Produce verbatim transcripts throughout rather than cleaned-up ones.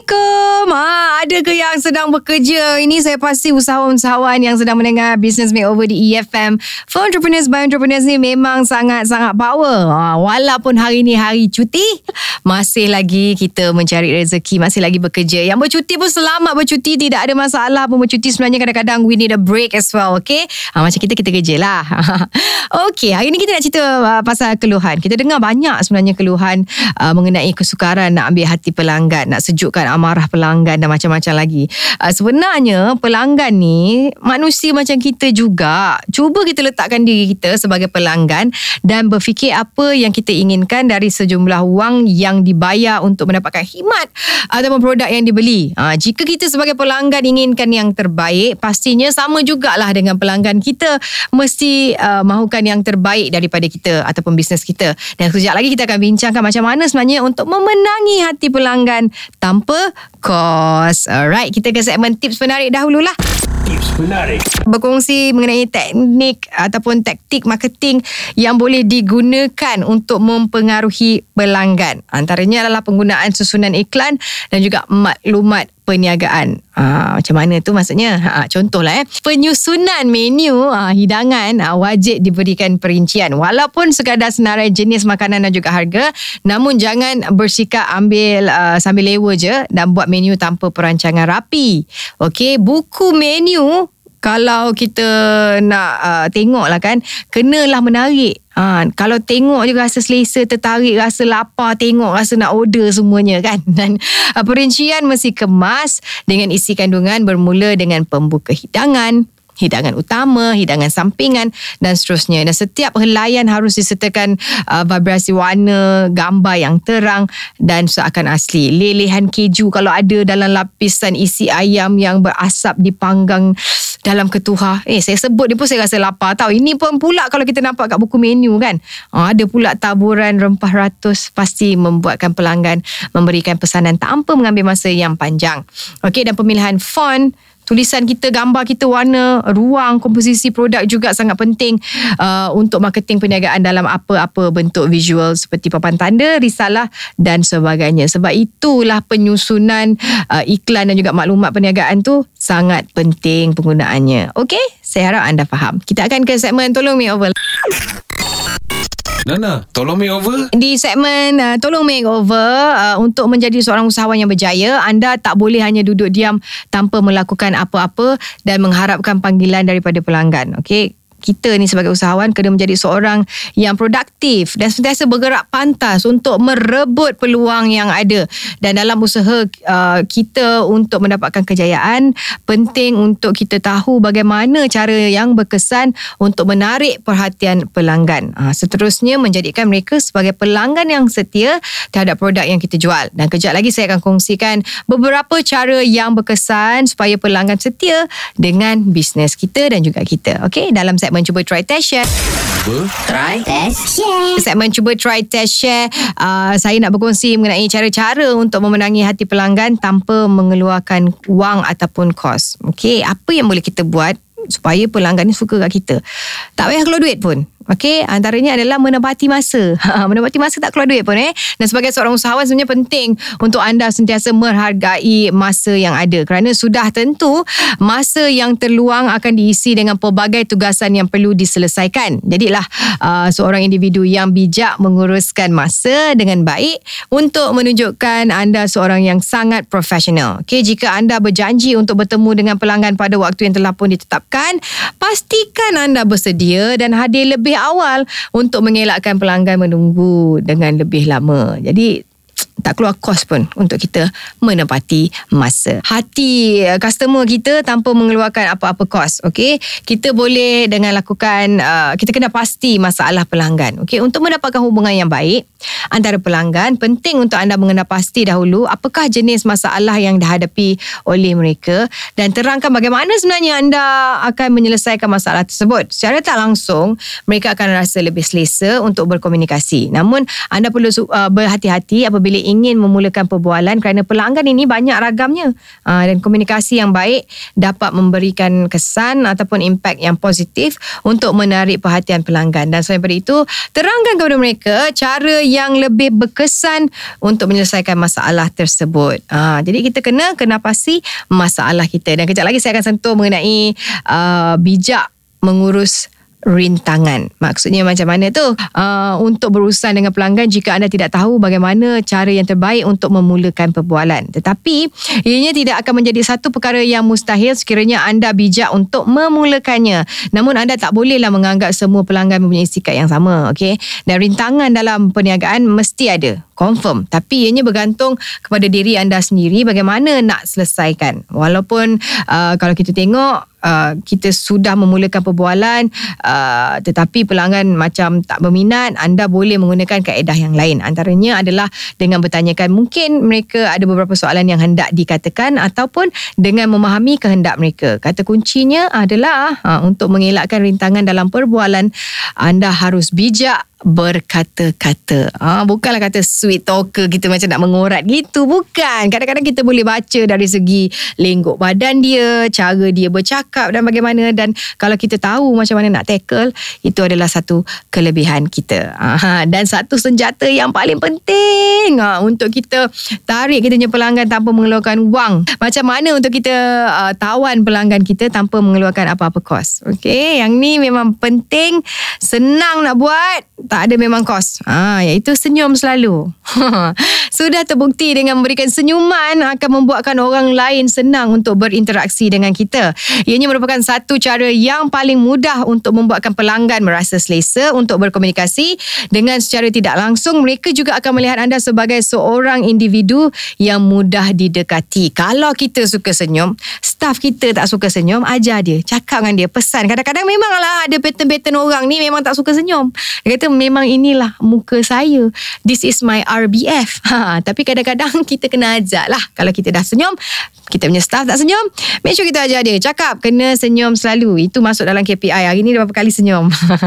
Assalamualaikum. Ha, ada ke yang sedang bekerja? Ini saya pasti usahawan-usahawan yang sedang mendengar Business Makeover di E F M. For Entrepreneurs by Entrepreneurs ni memang sangat-sangat power. Ha, walaupun hari ni hari cuti, masih lagi kita mencari rezeki, masih lagi bekerja. Yang bercuti pun selamat bercuti, tidak ada masalah pun bercuti. Sebenarnya kadang-kadang we need a break as well, okay? Ha, macam kita, kita kerja lah. Okay, hari ni kita nak cerita uh, pasal keluhan. Kita dengar banyak sebenarnya keluhan uh, mengenai kesukaran nak ambil hati pelanggan, nak sejukkan amarah pelanggan dan macam-macam lagi. Uh, sebenarnya pelanggan ni manusia macam kita juga. Cuba kita letakkan diri kita sebagai pelanggan dan berfikir apa yang kita inginkan dari sejumlah wang yang dibayar untuk mendapatkan khidmat ataupun produk yang dibeli. Uh, jika kita sebagai pelanggan inginkan yang terbaik, pastinya sama jugalah dengan pelanggan kita mesti uh, mahukan yang terbaik daripada kita ataupun bisnes kita. Dan sekejap lagi kita akan bincangkan macam mana sebenarnya untuk memenangi hati pelanggan tanpa kos. Alright, kita ke segmen tips menarik dahululah. Tips menarik. Berkongsi mengenai teknik ataupun taktik marketing yang boleh digunakan untuk mempengaruhi pelanggan. Antaranya adalah penggunaan susunan iklan dan juga maklumat perniagaan. Ha, macam mana tu maksudnya? Ha, contohlah eh, penyusunan menu ha, hidangan ha, wajib diberikan perincian. Walaupun sekadar senarai jenis makanan dan juga harga, namun jangan bersikap ambil uh, sambil lewa je dan buat menu tanpa perancangan rapi. Okey, buku menu kalau kita nak uh, tengok lah kan, kenalah menarik. Ha, kalau tengok je rasa selesa, tertarik, rasa lapar, tengok rasa nak order semuanya kan. Dan uh, perincian mesti kemas dengan isi kandungan bermula dengan pembuka hidangan, hidangan utama, hidangan sampingan dan seterusnya. Dan setiap helaian harus disertakan uh, vibrasi warna, gambar yang terang dan seakan asli. Lelehan keju kalau ada dalam lapisan isi ayam yang berasap dipanggang dalam ketuha. Eh, saya sebut ni pun saya rasa lapar tau. Ini pun pula kalau kita nampak kat buku menu kan. Uh, ada pula taburan rempah ratus, pasti membuatkan pelanggan memberikan pesanan tanpa mengambil masa yang panjang. Okey, dan pemilihan font, tulisan kita, gambar kita, warna, ruang, komposisi produk juga sangat penting uh, untuk marketing perniagaan dalam apa-apa bentuk visual seperti papan tanda, risalah dan sebagainya. Sebab itulah penyusunan uh, iklan dan juga maklumat perniagaan tu sangat penting penggunaannya. Okey, saya harap anda faham. Kita akan ke segmen Tolong Makeover. Nana, tolong makeover. Di segmen uh, Tolong Makeover, uh, untuk menjadi seorang usahawan yang berjaya, anda tak boleh hanya duduk diam tanpa melakukan apa-apa dan mengharapkan panggilan daripada pelanggan. Okey, kita ni sebagai usahawan kena menjadi seorang yang produktif dan sentiasa bergerak pantas untuk merebut peluang yang ada. Dan dalam usaha uh, kita untuk mendapatkan kejayaan, penting untuk kita tahu bagaimana cara yang berkesan untuk menarik perhatian pelanggan. Uh, seterusnya, menjadikan mereka sebagai pelanggan yang setia terhadap produk yang kita jual. Dan kejap lagi saya akan kongsikan beberapa cara yang berkesan supaya pelanggan setia dengan bisnes kita dan juga kita. Okey, dalam segmen Cuba Try Test Share. Cuba Try Test Share. Segmen Cuba Try Test Share, uh, saya nak berkongsi mengenai cara-cara untuk memenangi hati pelanggan tanpa mengeluarkan wang ataupun kos. Okey, apa yang boleh kita buat supaya pelanggan ni suka kat kita? Tak payah keluar duit pun. Okey, antaranya adalah menepati masa. Menepati masa tak keluar duit pun eh. Dan sebagai seorang usahawan sebenarnya penting untuk anda sentiasa menghargai masa yang ada, kerana sudah tentu masa yang terluang akan diisi dengan pelbagai tugasan yang perlu diselesaikan. Jadilah uh, seorang individu yang bijak menguruskan masa dengan baik untuk menunjukkan anda seorang yang sangat profesional. Okey, jika anda berjanji untuk bertemu dengan pelanggan pada waktu yang telah pun ditetapkan, pastikan anda bersedia dan hadir lebih awal untuk mengelakkan pelanggan menunggu dengan lebih lama. Jadi tak keluar kos pun untuk kita menepati masa hati customer kita tanpa mengeluarkan apa-apa kos. Okey, kita boleh dengan lakukan uh, kita kena pasti masalah pelanggan. Okey, untuk mendapatkan hubungan yang baik antara pelanggan, penting untuk anda mengenal pasti dahulu apakah jenis masalah yang dihadapi oleh mereka dan terangkan bagaimana sebenarnya anda akan menyelesaikan masalah tersebut. Secara tak langsung, mereka akan rasa lebih selesa untuk berkomunikasi. Namun anda perlu uh, berhati-hati apabila ingin memulakan perbualan kerana pelanggan ini banyak ragamnya. Uh, dan komunikasi yang baik dapat memberikan kesan ataupun impak yang positif untuk menarik perhatian pelanggan. Dan selain daripada itu, terangkan kepada mereka cara yang lebih berkesan untuk menyelesaikan masalah tersebut. Uh, jadi kita kena kena pasti masalah kita. Dan kejap lagi saya akan sentuh mengenai uh, bijak mengurus rintangan. Maksudnya macam mana tu? Uh, untuk berurusan dengan pelanggan jika anda tidak tahu bagaimana cara yang terbaik untuk memulakan perbualan. Tetapi ianya tidak akan menjadi satu perkara yang mustahil sekiranya anda bijak untuk memulakannya. Namun anda tak bolehlah menganggap semua pelanggan mempunyai sikap yang sama. Okay? Dan rintangan dalam perniagaan mesti ada. Confirm. Tapi ianya bergantung kepada diri anda sendiri bagaimana nak selesaikan. Walaupun uh, kalau kita tengok Uh, kita sudah memulakan perbualan uh, tetapi pelanggan macam tak berminat, anda boleh menggunakan kaedah yang lain. Antaranya adalah dengan bertanyakan, mungkin mereka ada beberapa soalan yang hendak dikatakan ataupun dengan memahami kehendak mereka. Kata kuncinya adalah uh, untuk mengelakkan rintangan dalam perbualan, anda harus bijak berkata-kata. Ha, bukanlah kata sweet talker kita macam nak mengorat gitu. Bukan. Kadang-kadang kita boleh baca dari segi lenggok badan dia, cara dia bercakap dan bagaimana. Dan kalau kita tahu macam mana nak tackle, itu adalah satu kelebihan kita. Ha, dan satu senjata yang paling penting ha, untuk kita tarik kita punya pelanggan tanpa mengeluarkan wang. Macam mana untuk kita uh, tawan pelanggan kita tanpa mengeluarkan apa-apa kos. Okay, yang ni memang penting. Senang nak buat. Tak ada memang kos. Ha, iaitu senyum selalu. Sudah terbukti dengan memberikan senyuman akan membuatkan orang lain senang untuk berinteraksi dengan kita. Ianya merupakan satu cara yang paling mudah untuk membuatkan pelanggan merasa selesa untuk berkomunikasi. Dengan secara tidak langsung, mereka juga akan melihat anda sebagai seorang individu yang mudah didekati. Kalau kita suka senyum, staff kita tak suka senyum, ajar dia, cakap dengan dia, pesan. Kadang-kadang memanglah ada pattern-pattern orang ni memang tak suka senyum. Dia kata memang inilah muka saya. This is my R B F. Ha, tapi kadang-kadang kita kena ajar lah. Kalau kita dah senyum, kita punya staff tak senyum, make sure kita ajar dia. Cakap, kena senyum selalu. Itu masuk dalam K P I. Hari ni berapa kali senyum.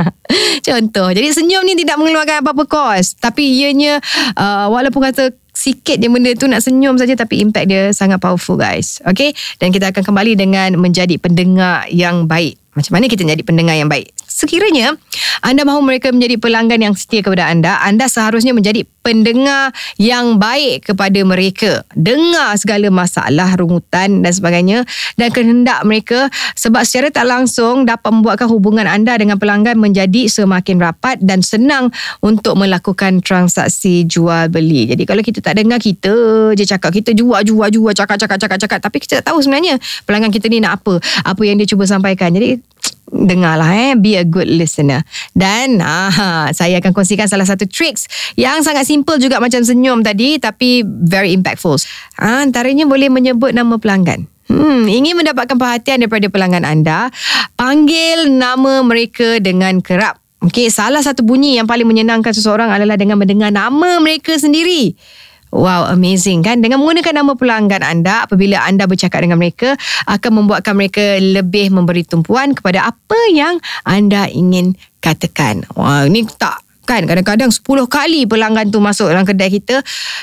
Contoh. Jadi senyum ni tidak mengeluarkan apa-apa kos. Tapi ianya, uh, walaupun kata sikit je benda tu, nak senyum saja, tapi impact dia sangat powerful guys. Okay? Dan kita akan kembali dengan menjadi pendengar yang baik. Macam mana kita menjadi pendengar yang baik? Sekiranya anda mahu mereka menjadi pelanggan yang setia kepada anda, anda seharusnya menjadi pendengar yang baik kepada mereka. Dengar segala masalah, rungutan dan sebagainya dan kehendak mereka, sebab secara tak langsung dapat membuatkan hubungan anda dengan pelanggan menjadi semakin rapat dan senang untuk melakukan transaksi jual beli. Jadi kalau kita tak dengar, kita je cakap, kita jual-jual-jual, cakap-cakap-cakap-cakap, tapi kita tak tahu sebenarnya pelanggan kita ni nak apa, apa yang dia cuba sampaikan. Jadi dengarlah eh, be a good listener. Dan ah, saya akan kongsikan salah satu tricks yang sangat simple juga macam senyum tadi, tapi very impactful. Ah, antaranya boleh menyebut nama pelanggan. Hmm, ingin mendapatkan perhatian daripada pelanggan anda, panggil nama mereka dengan kerap. Okey, salah satu bunyi yang paling menyenangkan seseorang adalah dengan mendengar nama mereka sendiri. Wow, amazing kan? Dengan menggunakan nama pelanggan anda, apabila anda bercakap dengan mereka, akan membuatkan mereka lebih memberi tumpuan kepada apa yang anda ingin katakan. Wah, ini tak kan? Kadang-kadang sepuluh kali pelanggan tu masuk dalam kedai kita,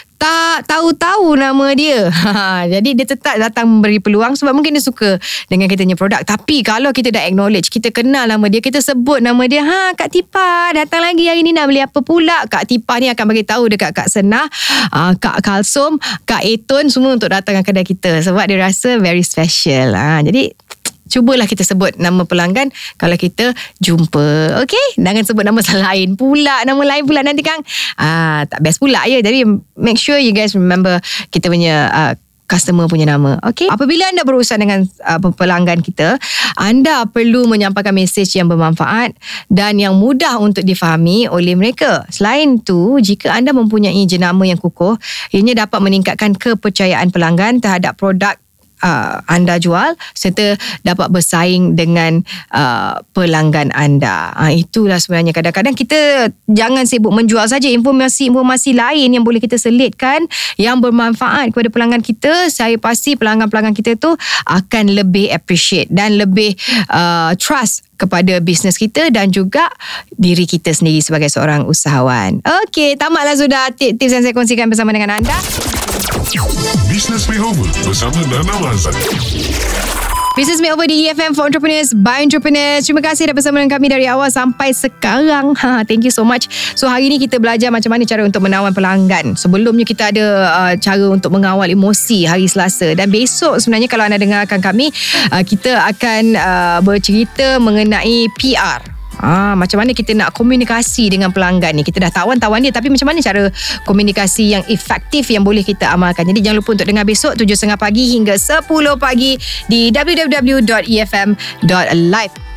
tak tahu-tahu nama dia. Ha, jadi dia tetap datang memberi peluang sebab mungkin dia suka dengan kita punya produk. Tapi kalau kita dah acknowledge, kita kenal nama dia, kita sebut nama dia, ha, Kak Tipah datang lagi hari ni nak beli apa pula? Kak Tipah ni akan bagi tahu dekat Kak Senah, uh, Kak Kalsum, Kak Eton semua untuk datang ke kedai kita sebab dia rasa very special. Ha, jadi cubalah kita sebut nama pelanggan kalau kita jumpa. Okay? Jangan sebut nama lain pula. Nama lain pula nanti kan ah, tak best pula ya. Jadi make sure you guys remember kita punya uh, customer punya nama. Okay? Apabila anda berurusan dengan uh, pelanggan kita, anda perlu menyampaikan mesej yang bermanfaat dan yang mudah untuk difahami oleh mereka. Selain tu, jika anda mempunyai jenama yang kukuh, ianya dapat meningkatkan kepercayaan pelanggan terhadap produk uh, anda jual serta dapat bersaing dengan uh, pelanggan anda. Uh, itulah sebenarnya kadang-kadang kita jangan sibuk menjual saja, informasi-informasi lain yang boleh kita selitkan yang bermanfaat kepada pelanggan kita. Saya pasti pelanggan-pelanggan kita tu akan lebih appreciate dan lebih uh, trust kepada bisnes kita dan juga diri kita sendiri sebagai seorang usahawan. Okey, tamatlah sudah tips yang saya kongsikan bersama dengan anda. Business Makeover bersama Nana Mazan. Business Makeover di E F M for Entrepreneurs by Entrepreneurs. Terima kasih dah bersama dengan kami dari awal sampai sekarang. Ha, thank you so much. So hari ni kita belajar macam mana cara untuk menawan pelanggan. Sebelumnya kita ada uh, cara untuk mengawal emosi hari Selasa. Dan besok sebenarnya kalau anda dengarkan kami, uh, kita akan uh, bercerita mengenai P R. Ah, macam mana kita nak komunikasi dengan pelanggan ni. Kita dah tawan-tawan dia, tapi macam mana cara komunikasi yang efektif yang boleh kita amalkan. Jadi jangan lupa untuk dengar besok tujuh tiga puluh pagi hingga sepuluh pagi di w w w dot e f m dot live.